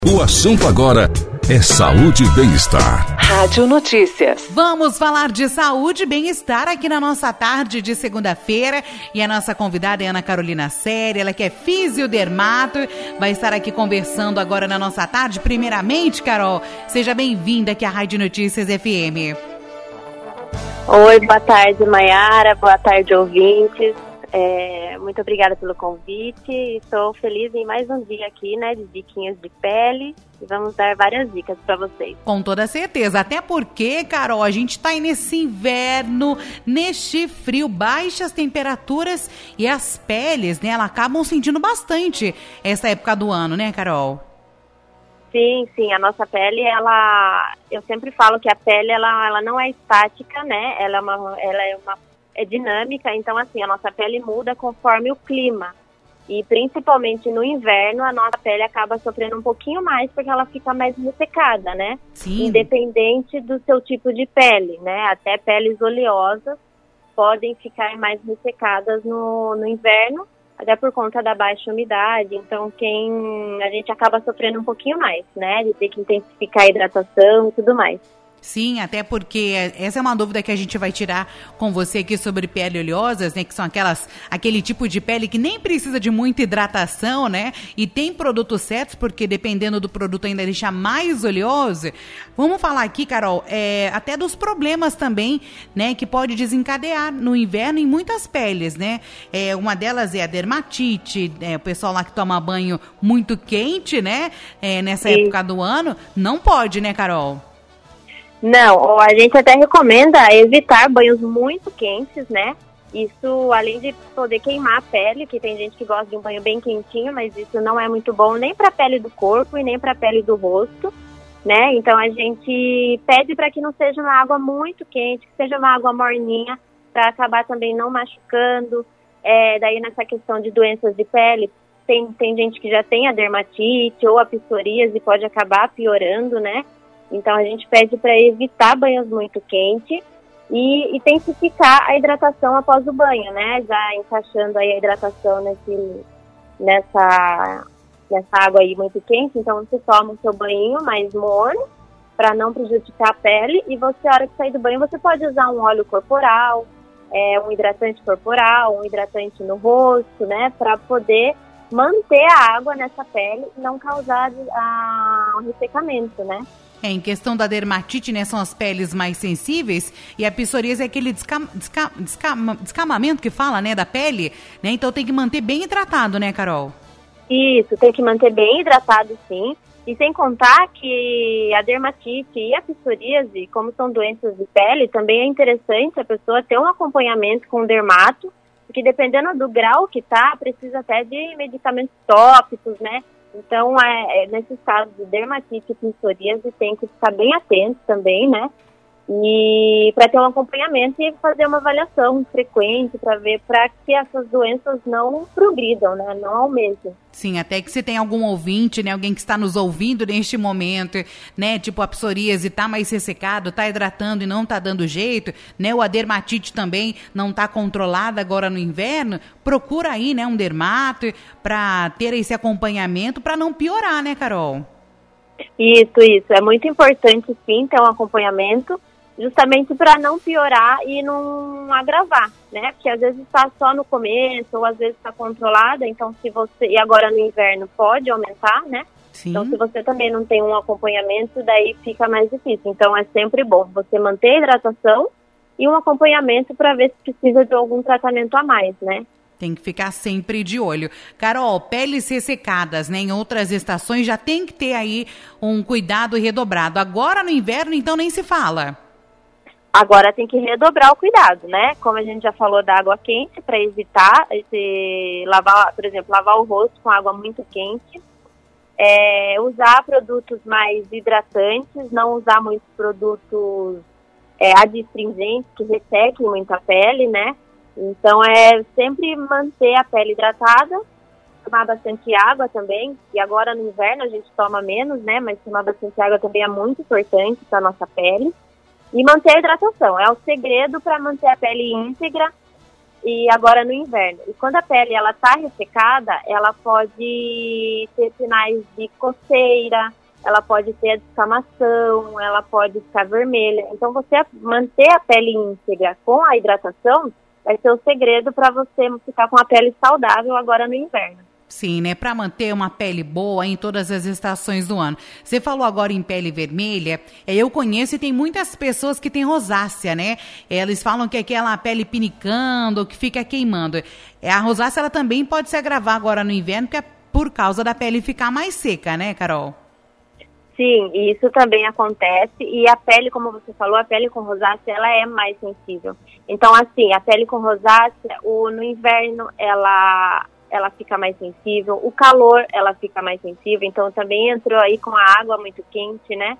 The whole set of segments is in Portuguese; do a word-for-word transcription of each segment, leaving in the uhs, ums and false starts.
O assunto agora é saúde e bem-estar. Rádio Notícias. Vamos falar de saúde e bem-estar aqui na nossa tarde de segunda-feira. E a nossa convidada é Ana Carolina Seri, ela que é fisiodermato, vai estar aqui conversando agora na nossa tarde. Primeiramente, Carol, seja bem-vinda aqui à Rádio Notícias F M. Oi, boa tarde, Maiara, boa tarde, ouvintes. É, muito obrigada pelo convite. Estou feliz em mais um dia aqui, né, de diquinhas de pele. E vamos dar várias dicas para vocês. Com toda certeza. Até porque, Carol, a gente está aí nesse inverno, neste frio, baixas temperaturas e as peles, né, elas acabam sentindo bastante essa época do ano, né, Carol? Sim, sim. A nossa pele, ela... Eu sempre falo que a pele, ela, ela não é estática, né? Ela é uma... Ela é uma é dinâmica, então assim, a nossa pele muda conforme o clima. E principalmente no inverno, a nossa pele acaba sofrendo um pouquinho mais porque ela fica mais ressecada, né? Sim. Independente do seu tipo de pele, né? Até peles oleosas podem ficar mais ressecadas no, no inverno, até por conta da baixa umidade. Então, quem a gente acaba sofrendo um pouquinho mais, né? De ter que intensificar a hidratação e tudo mais. Sim, até porque essa é uma dúvida que a gente vai tirar com você aqui sobre pele oleosas, né? Que são aquelas, aquele tipo de pele que nem precisa de muita hidratação, né? E tem produtos certos, porque dependendo do produto ainda deixa mais oleoso. Vamos falar aqui, Carol, é, até dos problemas também, né? Que pode desencadear no inverno em muitas peles, né? É, uma delas é a dermatite, é, o pessoal lá que toma banho muito quente, né? É, nessa Sim. época do ano, não pode, né, Carol? Não, a gente até recomenda evitar banhos muito quentes, né? Isso, além de poder queimar a pele, que tem gente que gosta de um banho bem quentinho, mas isso não é muito bom nem para a pele do corpo e nem para a pele do rosto, né? Então a gente pede para que não seja uma água muito quente, que seja uma água morninha, para acabar também não machucando. É, daí nessa questão de doenças de pele, tem, tem gente que já tem a dermatite ou a psoríase e pode acabar piorando, né? Então, a gente pede para evitar banhos muito quentes e intensificar a hidratação após o banho, né? Já encaixando aí a hidratação nesse, nessa, nessa água aí muito quente. Então, você toma o seu banho mais morno para não prejudicar a pele. E você, na hora de sair do banho, você pode usar um óleo corporal, é, um hidratante corporal, um hidratante no rosto, né? Para poder manter a água nessa pele e não causar a, um ressecamento, né? É, em questão da dermatite, né, são as peles mais sensíveis e a psoríase é aquele descam, descam, descam, descamamento que fala, né, da pele, né, então tem que manter bem hidratado, né, Carol? Isso, tem que manter bem hidratado, sim, e sem contar que a dermatite e a psoríase, como são doenças de pele, também é interessante a pessoa ter um acompanhamento com o dermato, porque dependendo do grau que tá, precisa até de medicamentos tópicos, né? Então, é, é, nesses casos de dermatite e psoríase, tem que ficar bem atento também, né? E para ter um acompanhamento e fazer uma avaliação frequente para ver para que essas doenças não progridam, né? Não aumentem. Sim, até que se tem algum ouvinte, né? Alguém que está nos ouvindo neste momento, né? Tipo a psoríase está mais ressecado, está hidratando e não está dando jeito, né? Ou a dermatite também não está controlada agora no inverno. Procura aí, né? Um dermato para ter esse acompanhamento para não piorar, né, Carol? Isso, isso. É muito importante, sim, ter um acompanhamento, justamente para não piorar e não agravar, né? Porque às vezes está só no começo, ou às vezes está controlada, então se você... E agora no inverno pode aumentar, né? Sim. Então se você também não tem um acompanhamento, daí fica mais difícil. Então é sempre bom você manter a hidratação e um acompanhamento para ver se precisa de algum tratamento a mais, né? Tem que ficar sempre de olho. Carol, peles ressecadas, né? Em outras estações já tem que ter aí um cuidado redobrado. Agora no inverno, então, nem se fala. Agora tem que redobrar o cuidado, né? Como a gente já falou da água quente, para evitar esse, lavar, por exemplo, lavar o rosto com água muito quente. É, usar produtos mais hidratantes, não usar muitos produtos é, adstringentes que ressequem muito a pele, né? Então é sempre manter a pele hidratada, tomar bastante água também, e agora no inverno a gente toma menos, né? Mas tomar bastante água também é muito importante para a nossa pele. E manter a hidratação, é o segredo para manter a pele íntegra e agora no inverno. E quando a pele ela está ressecada, ela pode ter sinais de coceira, ela pode ter a descamação, ela pode ficar vermelha. Então, você manter a pele íntegra com a hidratação vai ser o segredo para você ficar com a pele saudável agora no inverno. Sim, né? Para manter uma pele boa em todas as estações do ano. Você falou agora em pele vermelha. Eu conheço e tem muitas pessoas que têm rosácea, né? Eles falam que é aquela pele pinicando, que fica queimando. A rosácea ela também pode se agravar agora no inverno, que é por causa da pele ficar mais seca, né, Carol? Sim, isso também acontece. E a pele, como você falou, a pele com rosácea, ela é mais sensível. Então, assim, a pele com rosácea, o, no inverno, ela... ela fica mais sensível, o calor, ela fica mais sensível, então também entrou aí com a água muito quente, né,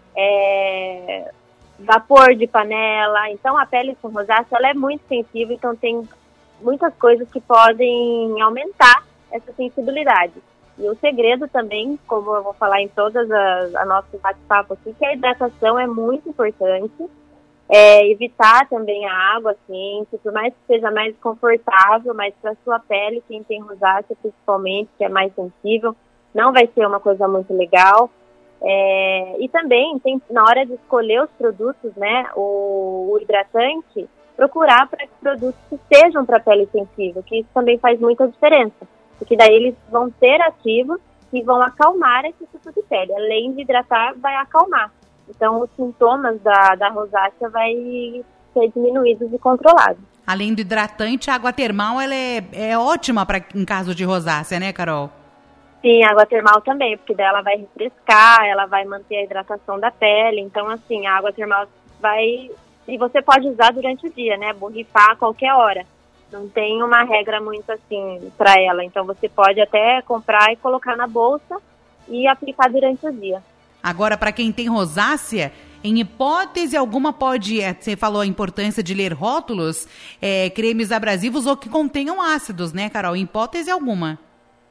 é, vapor de panela, então a pele com rosácea, ela é muito sensível, então tem muitas coisas que podem aumentar essa sensibilidade. E o segredo também, como eu vou falar em todas as, a nosso bate-papo aqui, que a hidratação é muito importante. É, evitar também a água quente, por mais que seja mais confortável, mas para a sua pele, quem tem rosácea principalmente, que é mais sensível, não vai ser uma coisa muito legal. É, e também, tem, na hora de escolher os produtos, né, o, o hidratante, procurar para produtos que sejam para pele sensível, que isso também faz muita diferença, porque daí eles vão ser ativos e vão acalmar esse tipo de pele. Além de hidratar, vai acalmar. Então, os sintomas da, da rosácea vai ser diminuídos e controlados. Além do hidratante, a água termal ela é, é ótima pra, em caso de rosácea, né, Carol? Sim, a água termal também, porque daí ela vai refrescar, ela vai manter a hidratação da pele. Então, assim, a água termal vai... E você pode usar durante o dia, né? Borrifar a qualquer hora. Não tem uma regra muito assim para ela. Então, você pode até comprar e colocar na bolsa e aplicar durante o dia. Agora, para quem tem rosácea, em hipótese alguma pode, você falou a importância de ler rótulos, é, cremes abrasivos ou que contenham ácidos, né, Carol? Em hipótese alguma.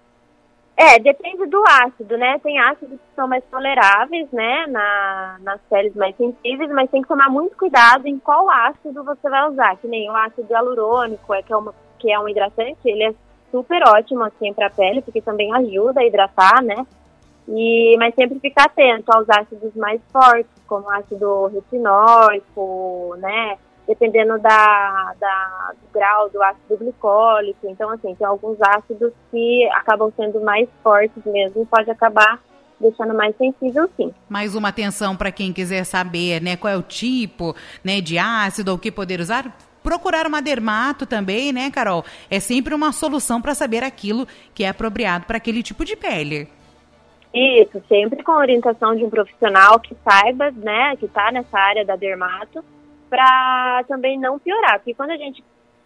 É, depende do ácido, né? Tem ácidos que são mais toleráveis, né, na, nas peles mais sensíveis, mas tem que tomar muito cuidado em qual ácido você vai usar, que nem o ácido hialurônico, é, que, é uma, que é um hidratante, ele é super ótimo, assim, para a pele, porque também ajuda a hidratar, né? E, mas sempre ficar atento aos ácidos mais fortes, como ácido retinóico, né? Dependendo da, da, do grau do ácido glicólico. Então, assim, tem alguns ácidos que acabam sendo mais fortes mesmo e pode acabar deixando mais sensível, sim. Mais uma atenção para quem quiser saber, né? Qual é o tipo, né, de ácido ou o que poder usar. Procurar uma dermato também, né, Carol? É sempre uma solução para saber aquilo que é apropriado para aquele tipo de pele. Isso, sempre com a orientação de um profissional que saiba, né, que está nessa área da dermato, para também não piorar. Porque quando a gente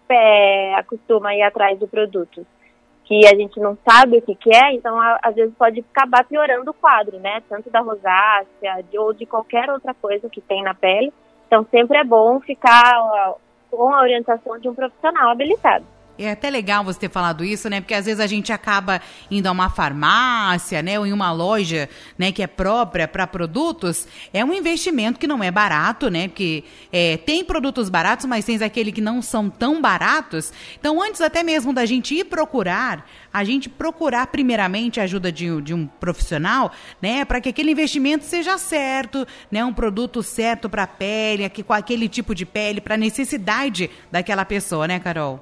é, acostuma a ir atrás de produtos que a gente não sabe o que, que é, então a, às vezes pode acabar piorando o quadro, né, tanto da rosácea de, ou de qualquer outra coisa que tem na pele. Então sempre é bom ficar ó, com a orientação de um profissional habilitado. É até legal você ter falado isso, né? Porque às vezes a gente acaba indo a uma farmácia, né? Ou em uma loja, né? Que é própria para produtos. É um investimento que não é barato, né? Porque é, tem produtos baratos, mas tem aqueles que não são tão baratos. Então, antes até mesmo da gente ir procurar, a gente procurar primeiramente a ajuda de, de um profissional, né? Para que aquele investimento seja certo, né? Um produto certo para a pele, que, com aquele tipo de pele, para a necessidade daquela pessoa, né, Carol?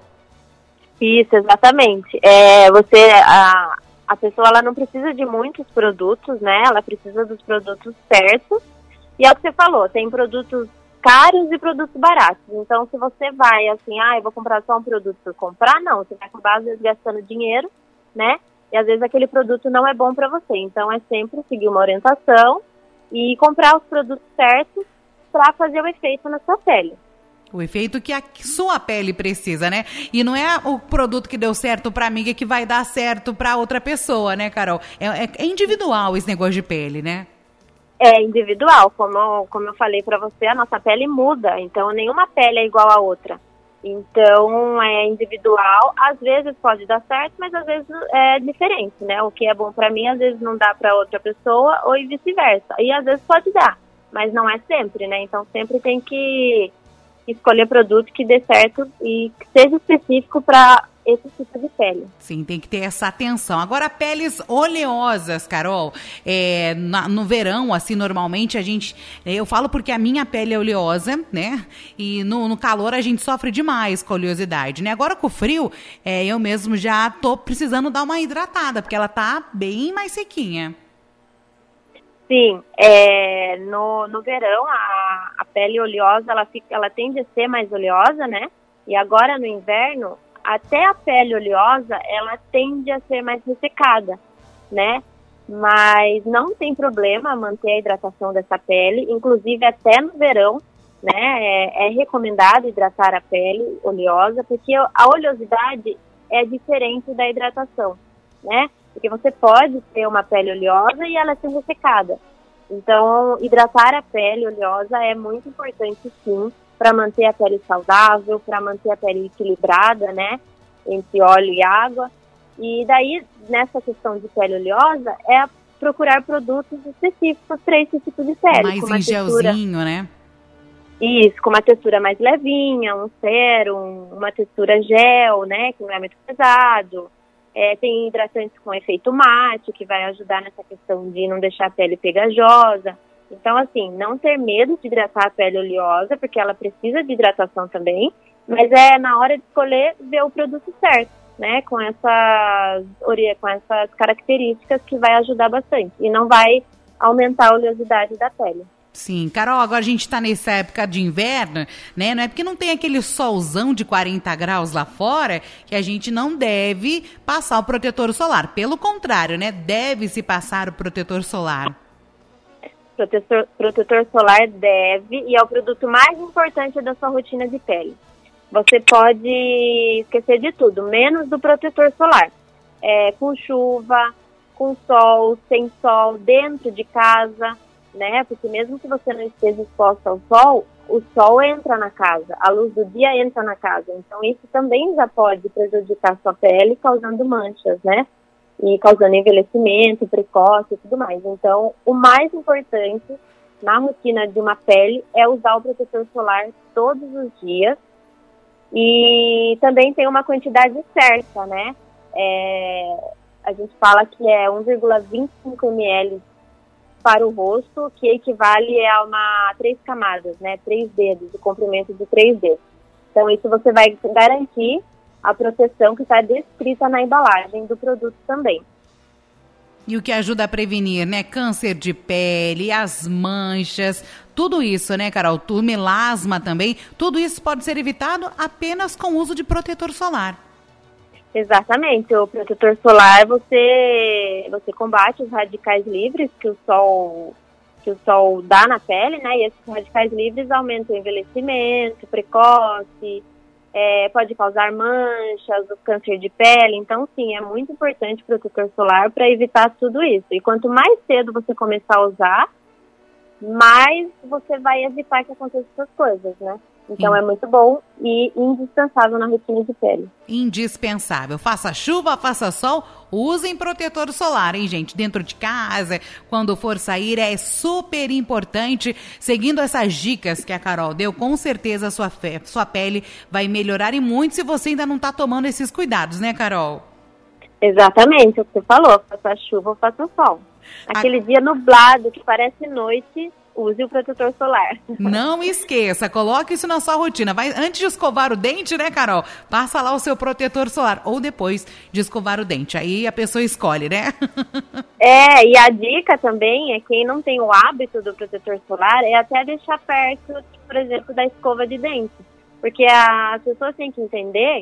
Isso, exatamente. É, você, a, a pessoa ela não precisa de muitos produtos, né? Ela precisa dos produtos certos. E é o que você falou, tem produtos caros e produtos baratos. Então, se você vai assim, ah, eu vou comprar só um produto por comprar, não. Você vai acabar, às vezes, gastando dinheiro, né? E, às vezes, aquele produto não é bom para você. Então, é sempre seguir uma orientação e comprar os produtos certos para fazer o efeito na sua pele. O efeito que a sua pele precisa, né? E não é o produto que deu certo pra amiga que vai dar certo pra outra pessoa, né, Carol? É, é individual esse negócio de pele, né? É individual. Como, como eu falei pra você, a nossa pele muda. Então, nenhuma pele é igual à outra. Então, é individual. Às vezes pode dar certo, mas às vezes é diferente, né? O que é bom pra mim, às vezes não dá pra outra pessoa ou vice-versa. E às vezes pode dar, mas não é sempre, né? Então, sempre tem que... escolher produto que dê certo e que seja específico para esse tipo de pele. Sim, tem que ter essa atenção. Agora, peles oleosas, Carol, é, na, no verão, assim, normalmente a gente, eu falo porque a minha pele é oleosa, né, e no, no calor a gente sofre demais com a oleosidade, né, agora com o frio, é, eu mesmo já tô precisando dar uma hidratada, porque ela tá bem mais sequinha. Sim, é, no, no verão a, a pele oleosa, ela, fica, ela tende a ser mais oleosa, né, e agora no inverno, até a pele oleosa, ela tende a ser mais ressecada, né? Mas não tem problema manter a hidratação dessa pele, inclusive até no verão, né? É, é recomendado hidratar a pele oleosa, porque a oleosidade é diferente da hidratação, né? Porque você pode ter uma pele oleosa e ela ser ressecada. Então, hidratar a pele oleosa é muito importante, sim, para manter a pele saudável, para manter a pele equilibrada, né, entre óleo e água. E daí, nessa questão de pele oleosa, é procurar produtos específicos para esse tipo de pele. Mais com em gelzinho, né? Isso, com uma textura mais levinha, um sérum, uma textura gel, né, que não é muito pesado. É, tem hidratantes com efeito mate, que vai ajudar nessa questão de não deixar a pele pegajosa. Então, assim, não ter medo de hidratar a pele oleosa, porque ela precisa de hidratação também, mas é na hora de escolher ver o produto certo, né, com essas, com essas características que vai ajudar bastante e não vai aumentar a oleosidade da pele. Sim, Carol, agora a gente está nessa época de inverno, né? Não é porque não tem aquele solzão de quarenta graus lá fora que a gente não deve passar o protetor solar. Pelo contrário, né? Deve-se passar o protetor solar. Protetor, protetor solar deve, e é o produto mais importante da sua rotina de pele. Você pode esquecer de tudo, menos do protetor solar. É, com chuva, com sol, sem sol, dentro de casa, né? Porque mesmo que você não esteja exposto ao sol, o sol entra na casa, a luz do dia entra na casa. Então isso também já pode prejudicar a sua pele, causando manchas, né? E causando envelhecimento precoce e tudo mais. Então, o mais importante na rotina de uma pele é usar o protetor solar todos os dias. E também tem uma quantidade certa, né? É, a gente fala que é um vírgula vinte e cinco mililitros para o rosto, que equivale a uma três camadas, né? Três dedos, o comprimento de três dedos. Então, isso você vai garantir a proteção que está descrita na embalagem do produto também. E o que ajuda a prevenir, né? Câncer de pele, as manchas, tudo isso, né, Carol? O melasma também, tudo isso pode ser evitado apenas com o uso de protetor solar. Exatamente. O protetor solar, você, você combate os radicais livres que o sol, que o sol dá na pele, né? E esses radicais livres aumentam o envelhecimento precoce, É, pode causar manchas, o câncer de pele. Então, sim, é muito importante o protetor solar para evitar tudo isso. E quanto mais cedo você começar a usar, mais você vai evitar que aconteçam essas coisas, né? Então, sim, é muito bom e indispensável na rotina de pele. Indispensável. Faça chuva, faça sol, usem protetor solar, hein, gente? Dentro de casa, quando for sair, é super importante. Seguindo essas dicas que a Carol deu, com certeza a sua, fe- sua pele vai melhorar e muito se você ainda não está tomando esses cuidados, né, Carol? Exatamente, o que você falou. Faça chuva ou faça sol. Aquele a... dia nublado que parece noite, use o protetor solar. Não esqueça, coloque isso na sua rotina. Vai, antes de escovar o dente, né, Carol? Passa lá o seu protetor solar. Ou depois de escovar o dente. Aí a pessoa escolhe, né? É, e a dica também é quem não tem o hábito do protetor solar é até deixar perto, por exemplo, da escova de dente. Porque as pessoas têm que entender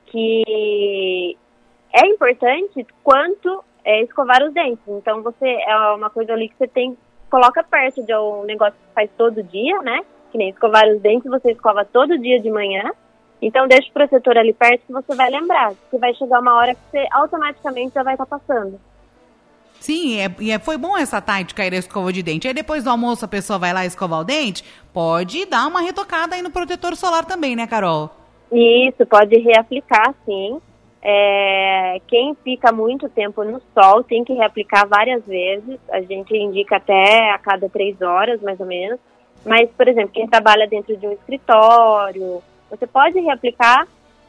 que é importante quanto é escovar os dentes. Então, você é uma coisa ali que você tem, coloca perto de um negócio que faz todo dia, né? Que nem escovar os dentes, você escova todo dia de manhã. Então, deixa o protetor ali perto que você vai lembrar. Que vai chegar uma hora que você automaticamente já vai estar passando. Sim, é, e é, foi bom essa tática aí da escova de dente. Aí depois do almoço a pessoa vai lá escovar o dente, pode dar uma retocada aí no protetor solar também, né, Carol? Isso, pode reaplicar, sim. É, quem fica muito tempo no sol tem que reaplicar várias vezes. A gente indica até a cada três horas, mais ou menos. Mas, por exemplo, quem trabalha dentro de um escritório, você pode reaplicar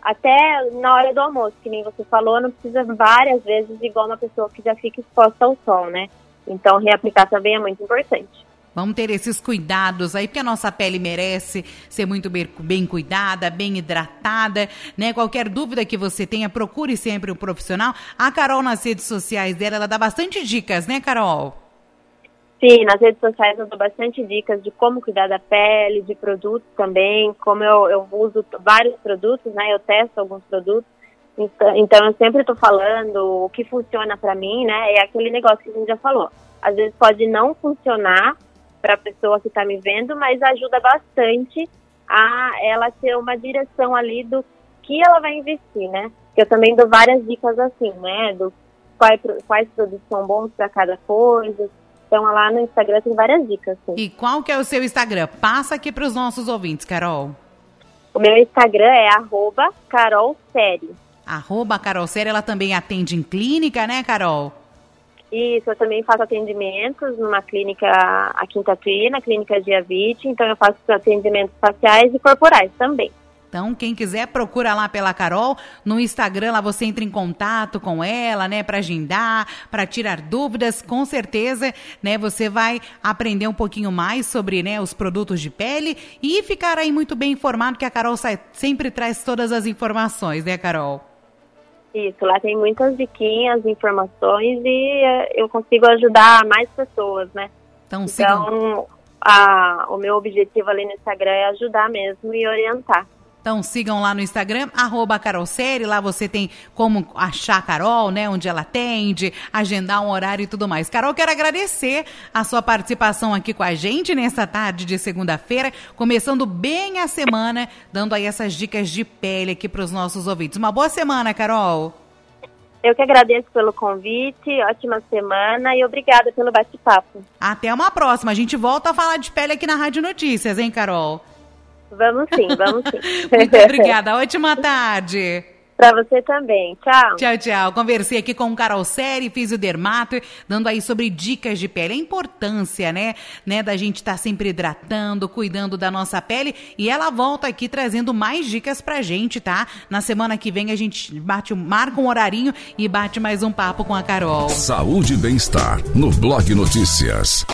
até na hora do almoço, que nem você falou, não precisa várias vezes igual uma pessoa que já fica exposta ao sol, né? Então, reaplicar também é muito importante. Vamos ter esses cuidados aí, porque a nossa pele merece ser muito bem cuidada, bem hidratada, né? Qualquer dúvida que você tenha, procure sempre um profissional. A Carol, nas redes sociais dela, ela dá bastante dicas, né, Carol? Sim, nas redes sociais eu dou bastante dicas de como cuidar da pele, de produtos também, como eu, eu uso vários produtos, né? Eu testo alguns produtos, então, então eu sempre estou falando o que funciona para mim, né? É aquele negócio que a gente já falou. Às vezes pode não funcionar para a pessoa que está me vendo, mas ajuda bastante a ela ter uma direção ali do que ela vai investir, né? Eu também dou várias dicas assim, né? Do quais, quais produtos são bons para cada coisa. Então lá no Instagram tem várias dicas. Sim. E qual que é o seu Instagram? Passa aqui para os nossos ouvintes, Carol. O meu Instagram é arroba Carol Série. Arroba Carol Série, ela também atende em clínica, né, Carol? Isso, eu também faço atendimentos numa clínica aqui em Tatuí, na clínica Diavite, então eu faço atendimentos faciais e corporais também. Então, quem quiser, procura lá pela Carol, no Instagram, lá você entra em contato com ela, né, para agendar, para tirar dúvidas, com certeza, né, você vai aprender um pouquinho mais sobre, né, os produtos de pele e ficar aí muito bem informado, que a Carol sai, sempre traz todas as informações, né, Carol? Isso, lá tem muitas diquinhas, informações e uh, eu consigo ajudar mais pessoas, né? Então, sigam... então a, o meu objetivo ali no Instagram é ajudar mesmo e orientar. Então sigam lá no Instagram, arroba Carol Série, lá você tem como achar a Carol, né, onde ela atende, agendar um horário e tudo mais. Carol, quero agradecer a sua participação aqui com a gente nessa tarde de segunda-feira, começando bem a semana, dando aí essas dicas de pele aqui para os nossos ouvintes. Uma boa semana, Carol. Eu que agradeço pelo convite, ótima semana e obrigada pelo bate-papo. Até uma próxima, a gente volta a falar de pele aqui na Rádio Notícias, hein, Carol? Vamos sim, vamos sim. Muito obrigada, ótima tarde. Para você também, tchau. Tchau, tchau. Conversei aqui com o Carol Série, fisiodermato, dando aí sobre dicas de pele, a importância, né, né, da gente estar tá sempre hidratando, cuidando da nossa pele, e ela volta aqui trazendo mais dicas pra gente, tá? Na semana que vem a gente bate, marca um horarinho e bate mais um papo com a Carol. Saúde e bem-estar no Blog Notícias.